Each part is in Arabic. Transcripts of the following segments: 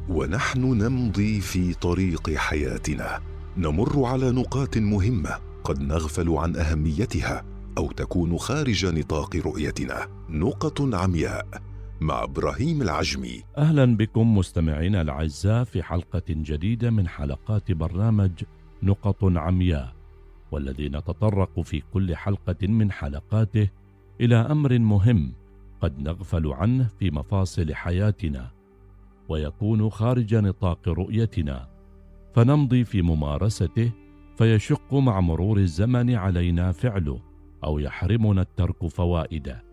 ونحن نمضي في طريق حياتنا نمر على نقاط مهمة قد نغفل عن أهميتها أو تكون خارج نطاق رؤيتنا. نقط عمياء مع إبراهيم العجمي. أهلا بكم مستمعينا الأعزاء في حلقة جديدة من حلقات برنامج نقط عمياء، والذي نتطرق في كل حلقة من حلقاته إلى أمر مهم قد نغفل عنه في مفاصل حياتنا ويكون خارج نطاق رؤيتنا، فنمضي في ممارسته فيشق مع مرور الزمن علينا فعله أو يحرمنا الترك فوائده.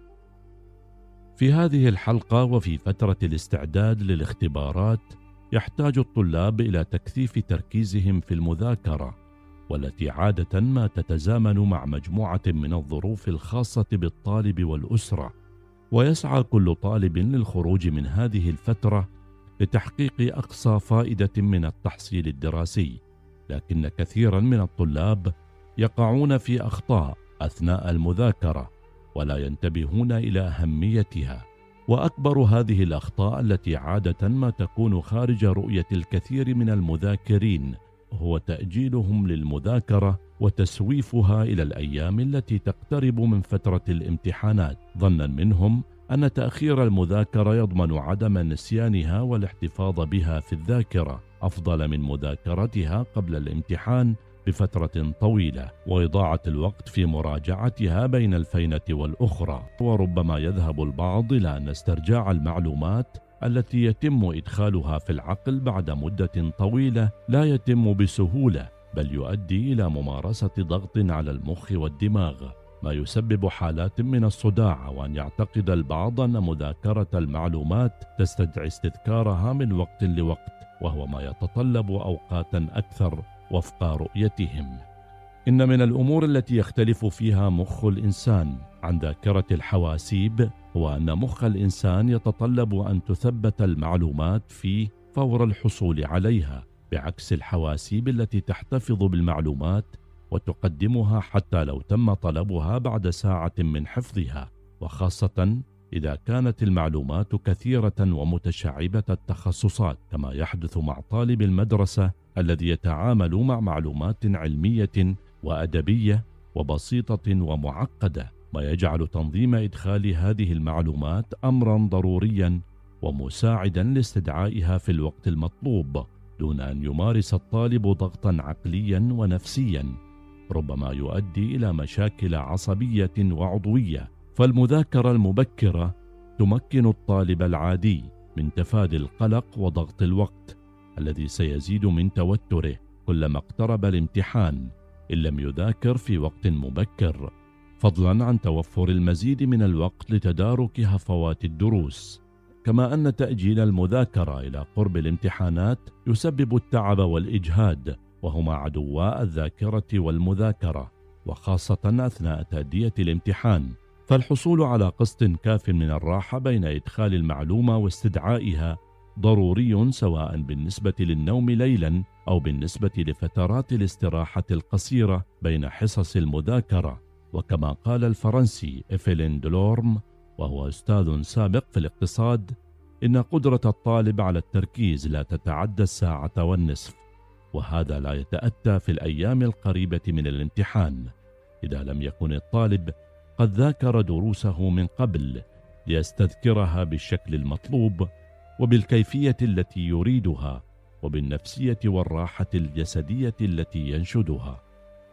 في هذه الحلقة وفي فترة الاستعداد للاختبارات يحتاج الطلاب إلى تكثيف تركيزهم في المذاكرة، والتي عادة ما تتزامن مع مجموعة من الظروف الخاصة بالطالب والأسرة، ويسعى كل طالب للخروج من هذه الفترة لتحقيق أقصى فائدة من التحصيل الدراسي، لكن كثيرا من الطلاب يقعون في أخطاء أثناء المذاكرة ولا ينتبهون إلى أهميتها. وأكبر هذه الأخطاء التي عادة ما تكون خارج رؤية الكثير من المذاكرين هو تأجيلهم للمذاكرة وتسويفها إلى الأيام التي تقترب من فترة الامتحانات، ظنا منهم أن تأخير المذاكرة يضمن عدم نسيانها والاحتفاظ بها في الذاكرة أفضل من مذاكرتها قبل الامتحان بفترة طويلة وإضاعة الوقت في مراجعتها بين الفينة والأخرى. وربما يذهب البعض إلى أن استرجاع المعلومات التي يتم إدخالها في العقل بعد مدة طويلة لا يتم بسهولة، بل يؤدي إلى ممارسة ضغط على المخ والدماغ، ما يسبب حالات من الصداع، وأن يعتقد البعض أن مذاكرة المعلومات تستدعي استذكارها من وقت لوقت، وهو ما يتطلب أوقاتا أكثر وفق رؤيتهم. إن من الأمور التي يختلف فيها مخ الإنسان عن ذاكرة الحواسيب هو أن مخ الإنسان يتطلب أن تثبت المعلومات فيه فور الحصول عليها، بعكس الحواسيب التي تحتفظ بالمعلومات وتقدمها حتى لو تم طلبها بعد ساعة من حفظها، وخاصة إذا كانت المعلومات كثيرة ومتشعبة التخصصات، كما يحدث مع طالب المدرسة الذي يتعامل مع معلومات علمية وأدبية وبسيطة ومعقدة، ما يجعل تنظيم إدخال هذه المعلومات أمرا ضروريا ومساعدا لاستدعائها في الوقت المطلوب، دون أن يمارس الطالب ضغطا عقليا ونفسيا ربما يؤدي إلى مشاكل عصبية وعضوية. فالمذاكرة المبكرة تمكن الطالب العادي من تفادي القلق وضغط الوقت الذي سيزيد من توتره كلما اقترب الامتحان إن لم يذاكر في وقت مبكر، فضلا عن توفر المزيد من الوقت لتدارك هفوات الدروس. كما أن تأجيل المذاكرة إلى قرب الامتحانات يسبب التعب والإجهاد، وهما عدوا الذاكرة والمذاكرة، وخاصة أثناء تأدية الامتحان، فالحصول على قسط كاف من الراحة بين إدخال المعلومة واستدعائها ضروري، سواء بالنسبة للنوم ليلا أو بالنسبة لفترات الاستراحة القصيرة بين حصص المذاكرة. وكما قال الفرنسي إفيلين دلورم، وهو أستاذ سابق في الاقتصاد، إن قدرة الطالب على التركيز لا تتعدى الساعة والنصف، وهذا لا يتأتى في الأيام القريبة من الامتحان إذا لم يكن الطالب قد ذاكر دروسه من قبل ليستذكرها بالشكل المطلوب وبالكيفية التي يريدها وبالنفسية والراحة الجسدية التي ينشدها.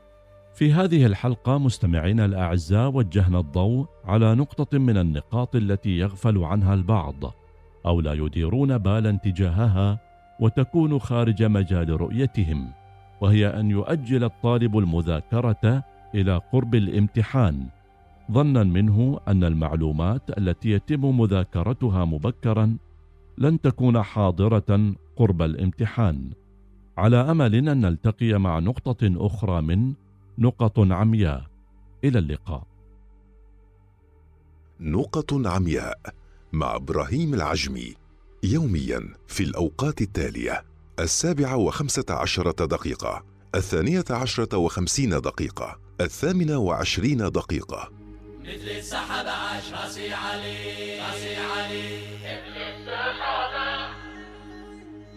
في هذه الحلقة مستمعينا الأعزاء وجهنا الضوء على نقطة من النقاط التي يغفل عنها البعض أو لا يديرون بالا تجاهها وتكون خارج مجال رؤيتهم، وهي أن يؤجل الطالب المذاكرة إلى قرب الامتحان، ظنا منه أن المعلومات التي يتم مذاكرتها مبكرا لن تكون حاضرة قرب الامتحان، على أمل أن نلتقي مع نقطة أخرى من نقط عمياء. إلى اللقاء. نقط عمياء مع إبراهيم العجمي، يوميا في الأوقات التالية: 7:15 12:50 دقيقة، 28 دقيقة. مثل السحب عاش راسي علي